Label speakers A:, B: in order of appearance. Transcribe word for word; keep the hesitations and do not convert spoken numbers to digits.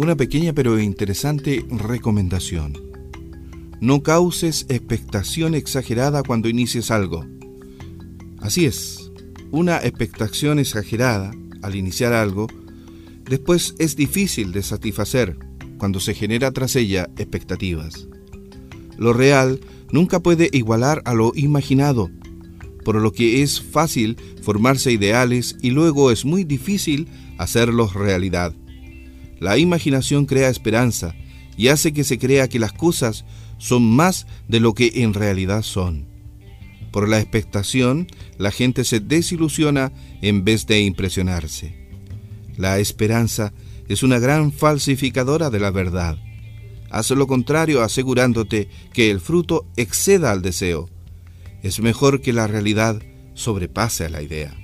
A: Una pequeña pero interesante recomendación. No causes expectación exagerada cuando inicies algo. Así es, una expectación exagerada al iniciar algo, después es difícil de satisfacer cuando se genera tras ella expectativas. Lo real nunca puede igualar a lo imaginado, por lo que es fácil formarse ideales y luego es muy difícil hacerlos realidad. La imaginación crea esperanza y hace que se crea que las cosas son más de lo que en realidad son. Por la expectación, la gente se desilusiona en vez de impresionarse. La esperanza es una gran falsificadora de la verdad. Haz lo contrario asegurándote que el fruto exceda al deseo. Es mejor que la realidad sobrepase a la idea.